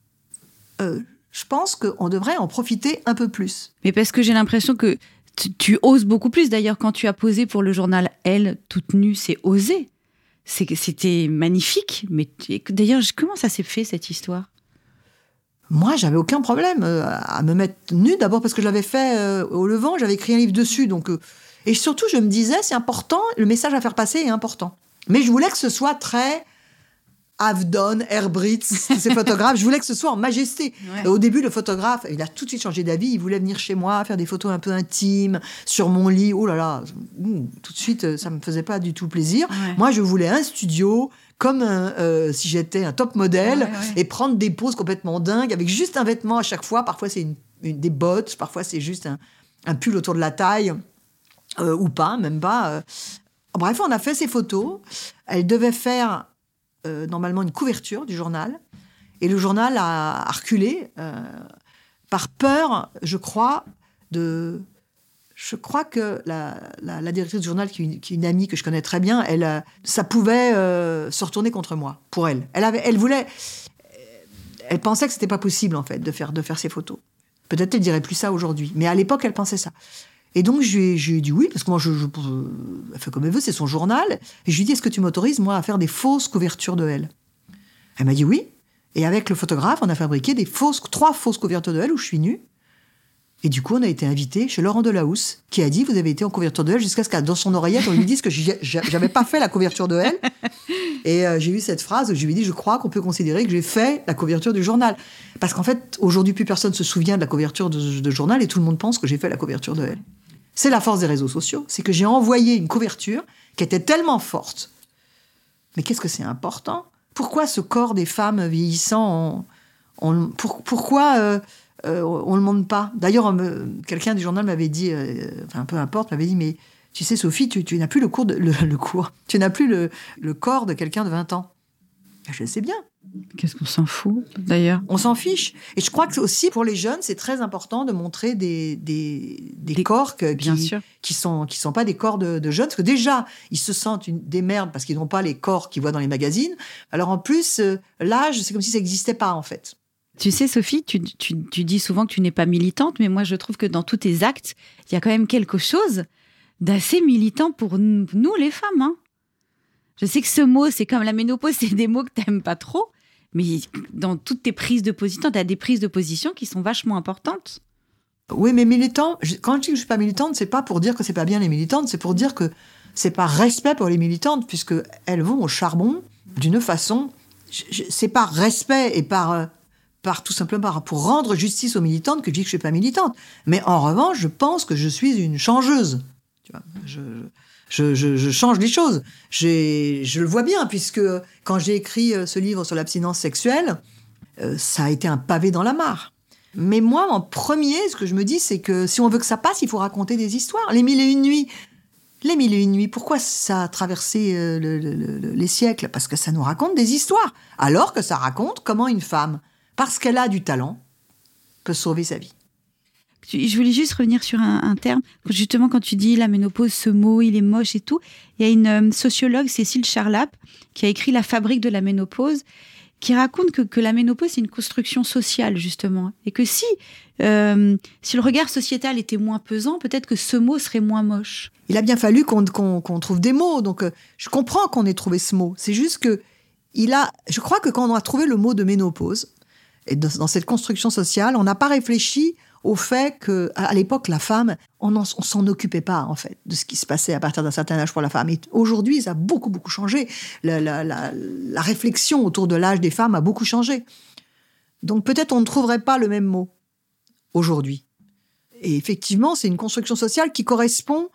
je pense qu'on devrait en profiter un peu plus. Mais parce que j'ai l'impression que tu oses beaucoup plus. D'ailleurs, quand tu as posé pour le journal Elle, toute nue, c'est osé. C'était magnifique. Mais d'ailleurs, comment ça s'est fait, cette histoire? Moi, j'avais aucun problème à me mettre nue. D'abord parce que je l'avais fait au Levant. J'avais écrit un livre dessus. Donc, et surtout, je me disais, c'est important. Le message à faire passer est important. Mais je voulais que ce soit très Avedon, Herbrits, ces photographes. Je voulais que ce soit en majesté. Ouais. Au début, le photographe, il a tout de suite changé d'avis. Il voulait venir chez moi, faire des photos un peu intimes, sur mon lit. Oh là là, tout de suite, ça me faisait pas du tout plaisir. Ouais. Moi, je voulais un studio, comme si j'étais un top modèle, et prendre des poses complètement dingues, avec juste un vêtement à chaque fois. Parfois, c'est des bottes, parfois, c'est juste un pull autour de la taille, ou pas, même pas. Bref, on a fait ces photos. Elle devait faire... normalement une couverture du journal, et le journal a reculé par peur, je crois que la directrice du journal, qui est une amie que je connais très bien, ça pouvait se retourner contre moi, pour elle. Elle pensait que c'était pas possible, en fait, de faire ces photos. Peut-être elle dirait plus ça aujourd'hui, mais à l'époque, elle pensait ça. Et donc, je lui ai dit oui, parce que moi, elle fait comme elle veut, c'est son journal. Et je lui ai dit, est-ce que tu m'autorises, moi, à faire des fausses couvertures de elle ? Elle m'a dit oui. Et avec le photographe, on a fabriqué 3 fausses couvertures de elle où je suis nue. Et du coup, on a été invités chez Laurent Delahousse, qui a dit, vous avez été en couverture de elle, jusqu'à ce qu'à dans son oreillette, on lui dise que j'avais pas fait la couverture de elle. Et j'ai eu cette phrase où je lui ai dit, je crois qu'on peut considérer que j'ai fait la couverture du journal. Parce qu'en fait, aujourd'hui, plus personne se souvient de la couverture de journal, et tout le monde pense que j'ai fait la couverture de elle. C'est la force des réseaux sociaux, c'est que j'ai envoyé une couverture qui était tellement forte. Mais qu'est-ce que c'est important ? Pourquoi ce corps des femmes vieillissant, pourquoi on ne le montre pas ? D'ailleurs, quelqu'un du journal m'avait dit, peu importe, m'avait dit, mais tu sais Sophie, tu n'as plus tu n'as plus le corps de quelqu'un de 20 ans. Je le sais bien. Qu'est-ce qu'on s'en fout, d'ailleurs ? On s'en fiche. Et je crois que aussi, pour les jeunes, c'est très important de montrer des corps qui sont pas des corps de jeunes. Parce que déjà, ils se sentent des merdes parce qu'ils n'ont pas les corps qu'ils voient dans les magazines. Alors en plus, l'âge, c'est comme si ça n'existait pas, en fait. Tu sais, Sophie, tu dis souvent que tu n'es pas militante, mais moi, je trouve que dans tous tes actes, il y a quand même quelque chose d'assez militant pour nous, les femmes, hein. Je sais que ce mot, c'est comme la ménopause, c'est des mots que t'aimes pas trop, mais dans toutes tes prises de position, t'as des prises de position qui sont vachement importantes. Oui, mais militant, quand je dis que je suis pas militante, c'est pas pour dire que c'est pas bien les militantes, c'est pour dire que c'est par respect pour les militantes, puisque elles vont au charbon d'une façon, c'est par respect et par tout simplement pour rendre justice aux militantes que je dis que je suis pas militante. Mais en revanche, je pense que je suis une changeuse. Tu vois, je change les choses. Je le vois bien, puisque quand j'ai écrit ce livre sur l'abstinence sexuelle, ça a été un pavé dans la mare. Mais moi, en premier, ce que je me dis, c'est que si on veut que ça passe, il faut raconter des histoires. Les 1001 nuits. Les 1001 nuits, pourquoi ça a traversé les siècles ? Parce que ça nous raconte des histoires. Alors que ça raconte comment une femme, parce qu'elle a du talent, peut sauver sa vie. Je voulais juste revenir sur un terme. Justement, quand tu dis la ménopause, ce mot, il est moche et tout, il y a une sociologue, Cécile Charlap, qui a écrit La fabrique de la ménopause, qui raconte que la ménopause, c'est une construction sociale, justement. Et que si le regard sociétal était moins pesant, peut-être que ce mot serait moins moche. Il a bien fallu qu'on trouve des mots. Donc, je comprends qu'on ait trouvé ce mot. C'est juste que je crois que quand on a trouvé le mot de ménopause, et dans cette construction sociale, on n'a pas réfléchi au fait qu'à l'époque, la femme, on s'en occupait pas, en fait, de ce qui se passait à partir d'un certain âge pour la femme. Et aujourd'hui, ça a beaucoup, beaucoup changé. La réflexion autour de l'âge des femmes a beaucoup changé. Donc peut-être on ne trouverait pas le même mot aujourd'hui. Et effectivement, c'est une construction sociale qui correspond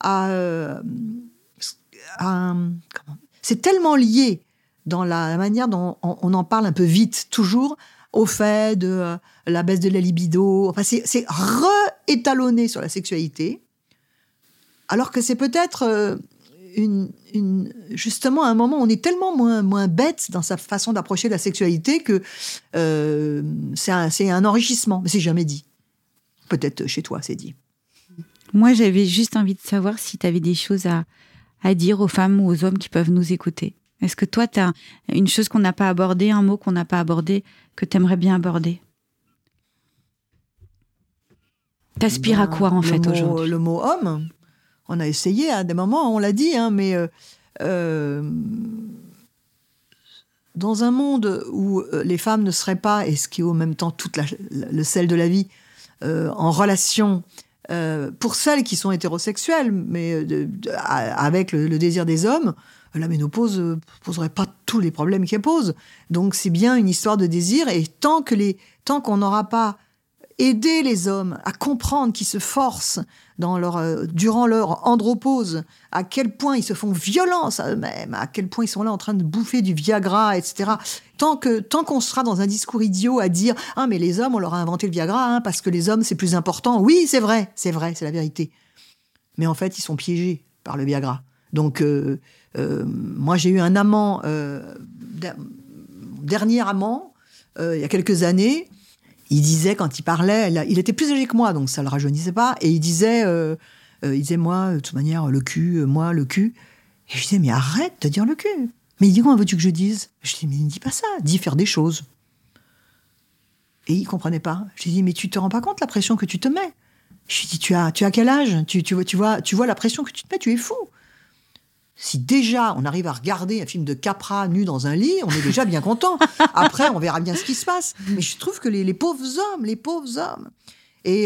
c'est tellement lié dans la manière dont on en parle un peu vite, toujours, au fait de la baisse de la libido. Enfin, c'est réétalonné sur la sexualité, alors que c'est peut-être justement un moment où on est tellement moins bête dans sa façon d'approcher la sexualité que c'est un enrichissement. Mais c'est jamais dit. Peut-être chez toi, c'est dit. Moi, j'avais juste envie de savoir si tu avais des choses à dire aux femmes ou aux hommes qui peuvent nous écouter. Est-ce que toi, tu as une chose qu'on n'a pas abordée, un mot qu'on n'a pas abordé, que tu aimerais bien aborder ? T'aspires à quoi, en fait, aujourd'hui ? Le mot « homme », on a essayé à des moments, on l'a dit, hein, mais dans un monde où les femmes ne seraient pas, et ce qui est en même temps tout le sel de la vie, en relation, pour celles qui sont hétérosexuelles, mais avec le désir des hommes, la ménopause poserait pas tous les problèmes qu'elle pose. Donc c'est bien une histoire de désir, et tant qu'on n'aura pas aidé les hommes à comprendre qu'ils se forcent durant leur andropause, à quel point ils se font violence à eux-mêmes, à quel point ils sont là en train de bouffer du Viagra, etc. Tant qu'on sera dans un discours idiot à dire « Ah, mais les hommes, on leur a inventé le Viagra, parce que les hommes, c'est plus important. » Oui, c'est vrai, c'est la vérité. Mais en fait, ils sont piégés par le Viagra. Donc, moi, j'ai eu un amant, dernier amant, il y a quelques années. Il disait, quand il parlait, il était plus âgé que moi, donc ça ne le rajeunissait pas, et il disait, moi, de toute manière, le cul, moi, le cul. Et je disais, mais arrête de dire le cul. Mais il dit, comment veux-tu que je dise? Je dis, mais ne dis pas ça, dis faire des choses. Et il ne comprenait pas. Je lui ai dit, mais tu ne te rends pas compte la pression que tu te mets? Je lui ai dit, tu as quel âge? Tu vois la pression que tu te mets, tu es fou. Si déjà on arrive à regarder un film de Capra nu dans un lit, on est déjà bien content. Après, on verra bien ce qui se passe. Mais je trouve que les pauvres hommes, et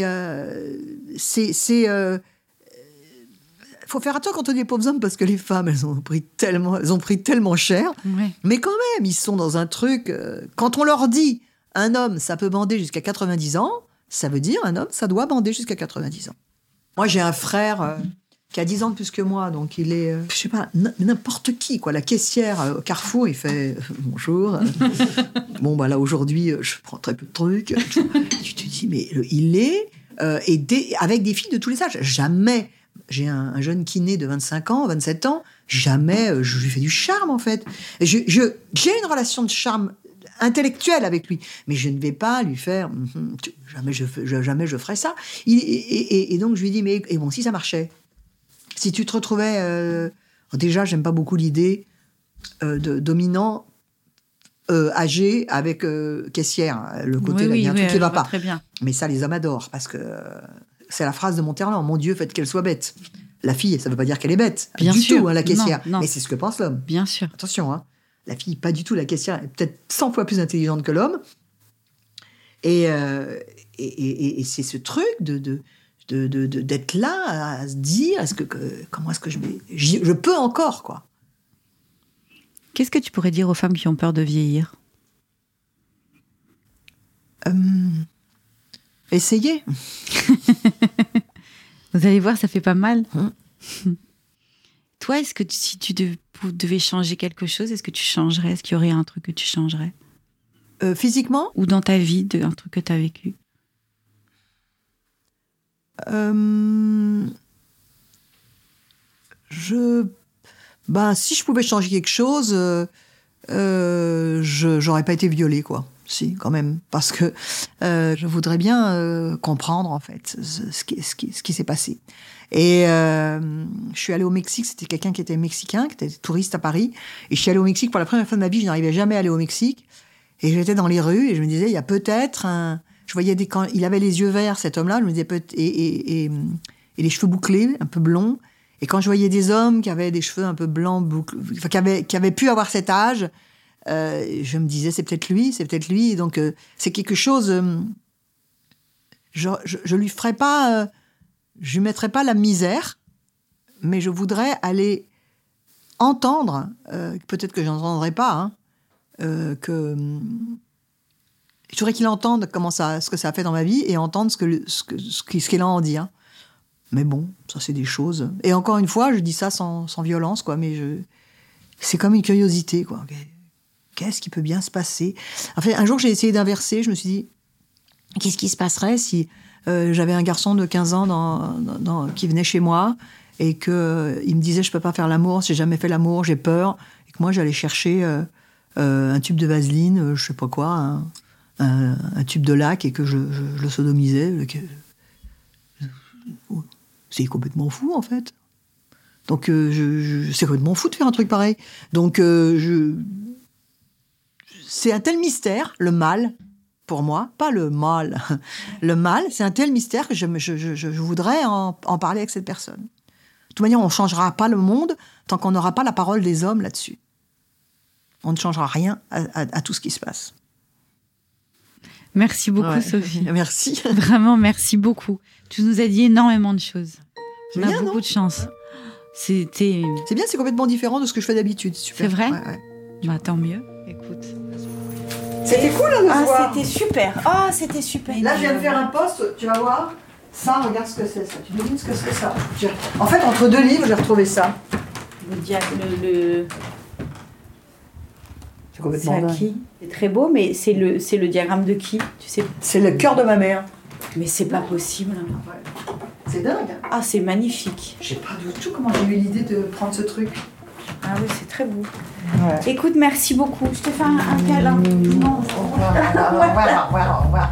faut faire attention quand on dit les pauvres hommes, parce que les femmes, elles ont pris tellement cher. Ouais. Mais quand même, ils sont dans un truc. Quand on leur dit, un homme, ça peut bander jusqu'à 90 ans, ça veut dire un homme, ça doit bander jusqu'à 90 ans. Moi, j'ai un frère qui a 10 ans de plus que moi, donc il est, je sais pas, n'importe qui, quoi. La caissière au Carrefour, il fait bonjour. Bon, bah là, aujourd'hui, je prends très peu de trucs. Tu te dis, mais il est, avec des filles de tous les âges. Jamais, j'ai un jeune kiné de 25 ans, 27 ans, jamais je lui fais du charme, en fait. J'ai une relation de charme intellectuelle avec lui, mais je ne vais pas lui faire jamais je ferai ça. Et donc je lui dis, mais et bon, si ça marchait, si tu te retrouvais déjà, j'aime pas beaucoup l'idée de dominant âgé avec caissière, le côté il y a un truc qui va pas. Très bien. Mais ça, les hommes adorent, parce que c'est la phrase de Monterland, mon Dieu, faites qu'elle soit bête. La fille, ça veut pas dire qu'elle est bête, bien du sûr. tout, la caissière. Non. Mais c'est ce que pense l'homme. Bien sûr. Attention, la fille, pas du tout. La caissière est peut-être 100 fois plus intelligente que l'homme. Et c'est ce truc d'être là à se dire, comment est-ce que je peux encore, quoi. Qu'est-ce que tu pourrais dire aux femmes qui ont peur de vieillir? Essayez. Vous allez voir, ça fait pas mal. Toi, est-ce que si tu devais changer quelque chose, est-ce que tu changerais? Est-ce qu'il y aurait un truc que tu changerais? Physiquement? Ou dans ta vie, un truc que tu as vécu? Si je pouvais changer quelque chose, j'aurais pas été violée, quoi. Si, quand même. Parce que je voudrais bien comprendre, en fait, ce qui s'est passé. Et je suis allée au Mexique, c'était quelqu'un qui était mexicain, qui était touriste à Paris. Et je suis allée au Mexique pour la première fois de ma vie, je n'arrivais jamais à aller au Mexique. Et j'étais dans les rues et je me disais, il y a peut-être je voyais quand il avait les yeux verts, cet homme-là, je me disais et les cheveux bouclés, un peu blonds. Et quand je voyais des hommes qui avaient des cheveux un peu blancs, enfin, qui avaient pu avoir cet âge, je me disais, c'est peut-être lui. Donc, c'est quelque chose. Je lui ferais pas. Je lui mettrais pas la misère, mais je voudrais aller entendre, peut-être que je n'entendrai pas, que. Je voudrais qu'il entende ce que ça a fait dans ma vie et entendre ce qu'il a à en dire. Mais bon, ça, c'est des choses. Et encore une fois, je dis ça sans violence, quoi, mais c'est comme une curiosité, quoi. Qu'est-ce qui peut bien se passer? Enfin, un jour, j'ai essayé d'inverser. Je me suis dit, qu'est-ce qui se passerait si j'avais un garçon de 15 ans qui venait chez moi et qu'il me disait, je peux pas faire l'amour, j'ai jamais fait l'amour, j'ai peur. Et que moi, j'allais chercher un tube de vaseline, je sais pas quoi, un tube de lac et que je le sodomisais. C'est complètement fou, en fait. Donc, c'est complètement fou de faire un truc pareil. Donc, c'est un tel mystère, le mal, pour moi, pas le mal. Le mal, c'est un tel mystère que je voudrais en parler avec cette personne. De toute manière, on ne changera pas le monde tant qu'on n'aura pas la parole des hommes là-dessus. On ne changera rien à tout ce qui se passe. Merci beaucoup, Sophie. Merci. Vraiment, merci beaucoup. Tu nous as dit énormément de choses. On a beaucoup de chance. C'est bien, c'est complètement différent de ce que je fais d'habitude. C'est vrai ? Ouais. Bah, tant mieux. Écoute. C'était cool de voir. C'était super. Ah, c'était super. Là, je viens de faire un post, tu vas voir. Ça, regarde ce que c'est, ça. Tu devines ce que c'est, ça. En fait, entre 2 livres, j'ai retrouvé ça. C'est complètement dingue. Qui ? C'est très beau, mais c'est le diagramme de qui ? Tu sais ? C'est le cœur de ma mère. Mais c'est pas possible. Ouais. C'est dingue. Ah, c'est magnifique. Je sais pas du tout comment j'ai eu l'idée de prendre ce truc. Ah oui, c'est très beau. Ouais. Écoute, merci beaucoup. Je te fais un câlin. Non. Au revoir.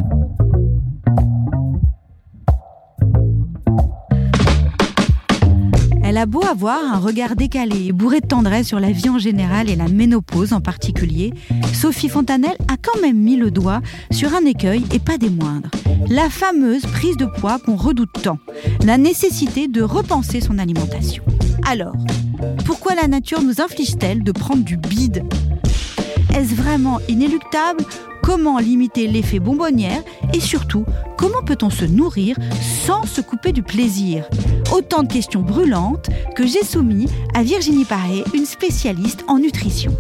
Elle a beau avoir un regard décalé et bourré de tendresse sur la vie en général et la ménopause en particulier, Sophie Fontanelle a quand même mis le doigt sur un écueil et pas des moindres. La fameuse prise de poids qu'on redoute tant, la nécessité de repenser son alimentation. Alors, pourquoi la nature nous inflige-t-elle de prendre du bide ? Est-ce vraiment inéluctable ? Comment limiter l'effet bonbonnière ? Et surtout, comment peut-on se nourrir sans se couper du plaisir ? Autant de questions brûlantes que j'ai soumises à Virginie Paré, une spécialiste en nutrition.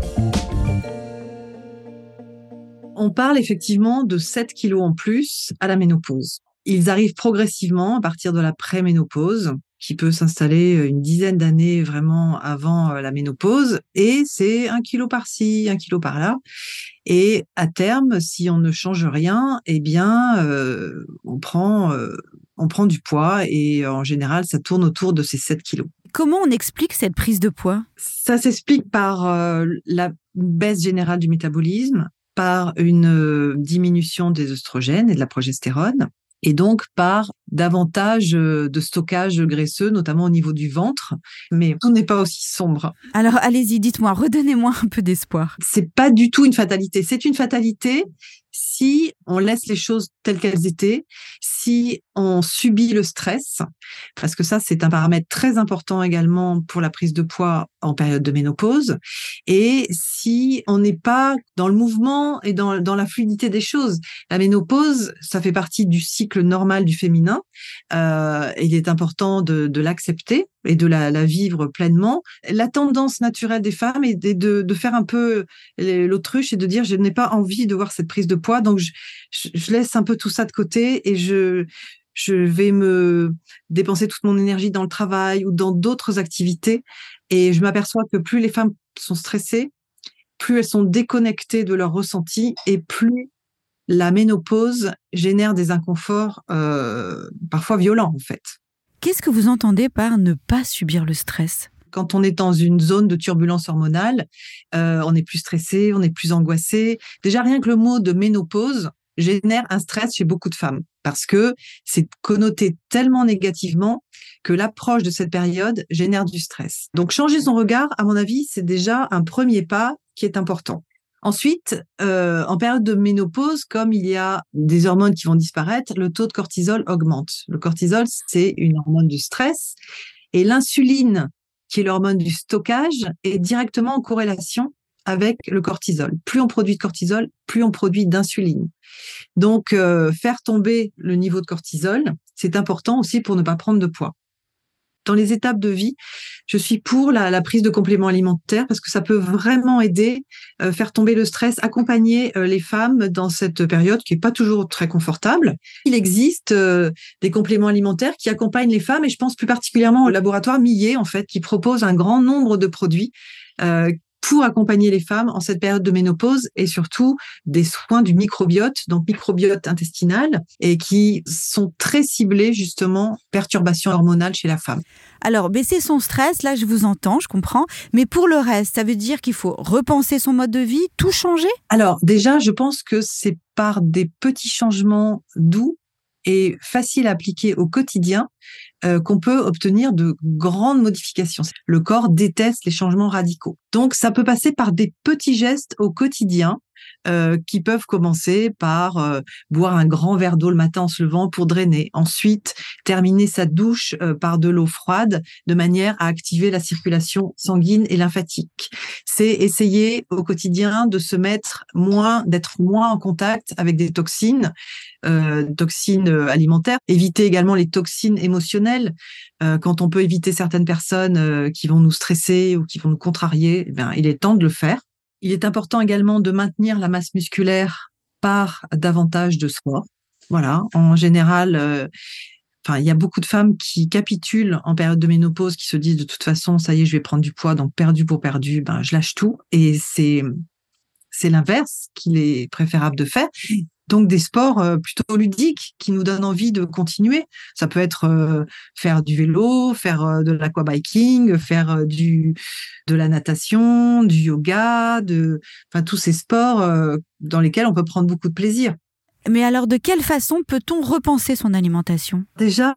On parle effectivement de 7 kilos en plus à la ménopause. Ils arrivent progressivement à partir de la préménopause, qui peut s'installer une dizaine d'années vraiment avant la ménopause, et c'est 1 kilo par-ci, 1 kilo par-là. Et à terme, si on ne change rien, eh bien, on prend du poids, et en général, ça tourne autour de ces 7 kilos. Comment on explique cette prise de poids ? Ça s'explique par la baisse générale du métabolisme, par une diminution des œstrogènes et de la progestérone, et donc par davantage de stockage graisseux, notamment au niveau du ventre. Mais tout n'est pas aussi sombre. Alors allez-y, dites-moi, redonnez-moi un peu d'espoir. C'est pas du tout une fatalité. C'est une fatalité si on laisse les choses telles qu'elles étaient, si on subit le stress, parce que ça, c'est un paramètre très important également pour la prise de poids en période de ménopause, et si on n'est pas dans le mouvement et dans la fluidité des choses. La ménopause, ça fait partie du cycle normal du féminin. Il est important de l'accepter et de la vivre pleinement. La tendance naturelle des femmes est de faire un peu l'autruche et de dire je n'ai pas envie de voir cette prise de poids, donc je laisse un peu tout ça de côté et je vais me dépenser toute mon énergie dans le travail ou dans d'autres activités. Et je m'aperçois que plus les femmes sont stressées, plus elles sont déconnectées de leurs ressentis et plus la ménopause génère des inconforts parfois violents en fait. Qu'est-ce que vous entendez par ne pas subir le stress ? Quand on est dans une zone de turbulence hormonale, on est plus stressé, on est plus angoissé. Déjà, rien que le mot de ménopause génère un stress chez beaucoup de femmes parce que c'est connoté tellement négativement que l'approche de cette période génère du stress. Donc, changer son regard, à mon avis, c'est déjà un premier pas qui est important. Ensuite, en période de ménopause, comme il y a des hormones qui vont disparaître, le taux de cortisol augmente. Le cortisol, c'est une hormone du stress et l'insuline, qui est l'hormone du stockage, est directement en corrélation avec le cortisol. Plus on produit de cortisol, plus on produit d'insuline. Donc, faire tomber le niveau de cortisol, c'est important aussi pour ne pas prendre de poids. Dans les étapes de vie, je suis pour la prise de compléments alimentaires parce que ça peut vraiment aider, faire tomber le stress, accompagner les femmes dans cette période qui est pas toujours très confortable. Il existe des compléments alimentaires qui accompagnent les femmes et je pense plus particulièrement au laboratoire Millet en fait, qui propose un grand nombre de produits pour accompagner les femmes en cette période de ménopause et surtout des soins du microbiote, donc microbiote intestinal, et qui sont très ciblés justement perturbations hormonales chez la femme. Alors, baisser son stress, là je vous entends, je comprends, mais pour le reste, ça veut dire qu'il faut repenser son mode de vie, tout changer ? Alors déjà, je pense que c'est par des petits changements doux et faciles à appliquer au quotidien qu'on peut obtenir de grandes modifications. Le corps déteste les changements radicaux. Donc, ça peut passer par des petits gestes au quotidien qui peuvent commencer par boire un grand verre d'eau le matin en se levant pour drainer. Ensuite, terminer sa douche par de l'eau froide de manière à activer la circulation sanguine et lymphatique. c'est essayer au quotidien de d'être moins en contact avec des toxines alimentaires. Éviter également les toxines émotionnelles. Quand on peut éviter certaines personnes qui vont nous stresser ou qui vont nous contrarier, il est temps de le faire. Il est important également de maintenir la masse musculaire par davantage de sport. Voilà, en général, il y a beaucoup de femmes qui capitulent en période de ménopause, qui se disent de toute façon, ça y est, je vais prendre du poids, donc perdu pour perdu, je lâche tout. Et c'est l'inverse qu'il est préférable de faire. Donc des sports plutôt ludiques qui nous donnent envie de continuer. Ça peut être faire du vélo, faire de l'aquabiking, faire de la natation, du yoga, tous ces sports dans lesquels on peut prendre beaucoup de plaisir. Mais alors, de quelle façon peut-on repenser son alimentation ? Déjà,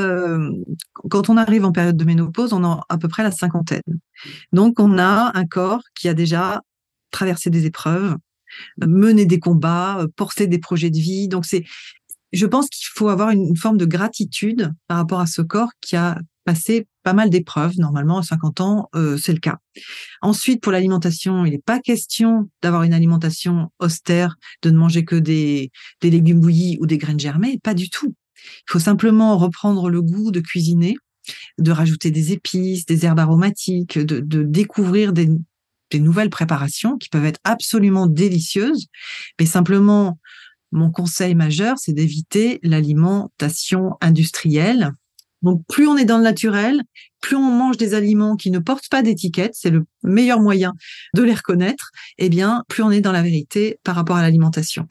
quand on arrive en période de ménopause, on a à peu près la cinquantaine. Donc, on a un corps qui a déjà traversé des épreuves, mené des combats, porté des projets de vie. Donc, je pense qu'il faut avoir une forme de gratitude par rapport à ce corps qui a passé pas mal d'épreuves. Normalement, à 50 ans, c'est le cas. Ensuite, pour l'alimentation, il n'est pas question d'avoir une alimentation austère, de ne manger que des légumes bouillis ou des graines germées. Pas du tout. Il faut simplement reprendre le goût de cuisiner, de rajouter des épices, des herbes aromatiques, de découvrir des nouvelles préparations qui peuvent être absolument délicieuses. Mais simplement, mon conseil majeur, c'est d'éviter l'alimentation industrielle. Donc, plus on est dans le naturel, plus on mange des aliments qui ne portent pas d'étiquette, c'est le meilleur moyen de les reconnaître, plus on est dans la vérité par rapport à l'alimentation.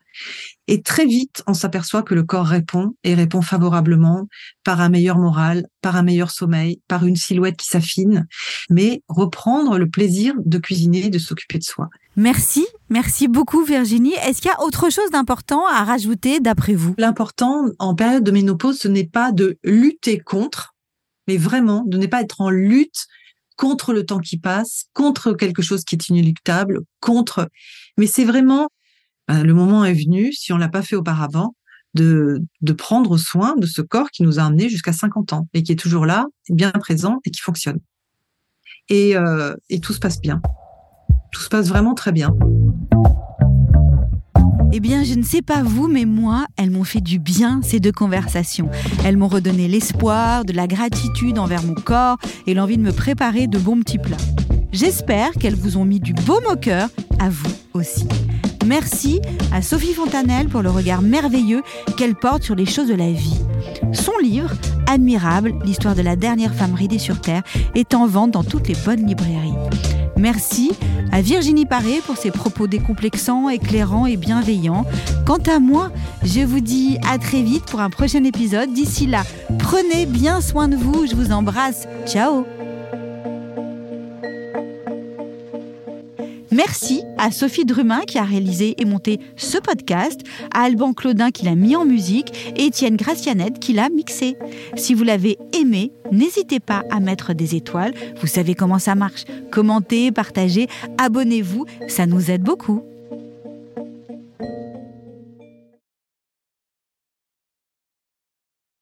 Et très vite, on s'aperçoit que le corps répond favorablement par un meilleur moral, par un meilleur sommeil, par une silhouette qui s'affine, mais reprendre le plaisir de cuisiner, de s'occuper de soi. Merci beaucoup Virginie. Est-ce qu'il y a autre chose d'important à rajouter d'après vous ? L'important en période de ménopause, ce n'est pas de lutter contre, mais vraiment de ne pas être en lutte contre le temps qui passe, contre quelque chose qui est inéluctable, mais c'est vraiment le moment est venu, si on l'a pas fait auparavant, de prendre soin de ce corps qui nous a amenés jusqu'à 50 ans et qui est toujours là, bien présent et qui fonctionne. Et tout se passe bien. Tout se passe vraiment très bien. Eh bien, je ne sais pas vous, mais moi, elles m'ont fait du bien, ces 2 conversations. Elles m'ont redonné l'espoir, de la gratitude envers mon corps et l'envie de me préparer de bons petits plats. J'espère qu'elles vous ont mis du baume au cœur, à vous aussi. Merci à Sophie Fontanelle pour le regard merveilleux qu'elle porte sur les choses de la vie. Son livre, Admirable, l'histoire de la dernière femme ridée sur Terre, est en vente dans toutes les bonnes librairies. Merci à Virginie Paré pour ses propos décomplexants, éclairants et bienveillants. Quant à moi, je vous dis à très vite pour un prochain épisode. D'ici là, prenez bien soin de vous. Je vous embrasse. Ciao. Merci à Sophie Drumin qui a réalisé et monté ce podcast, à Alban Claudin qui l'a mis en musique et Étienne Gracianette qui l'a mixé. Si vous l'avez aimé, n'hésitez pas à mettre des étoiles. Vous savez comment ça marche. Commentez, partagez, abonnez-vous, ça nous aide beaucoup.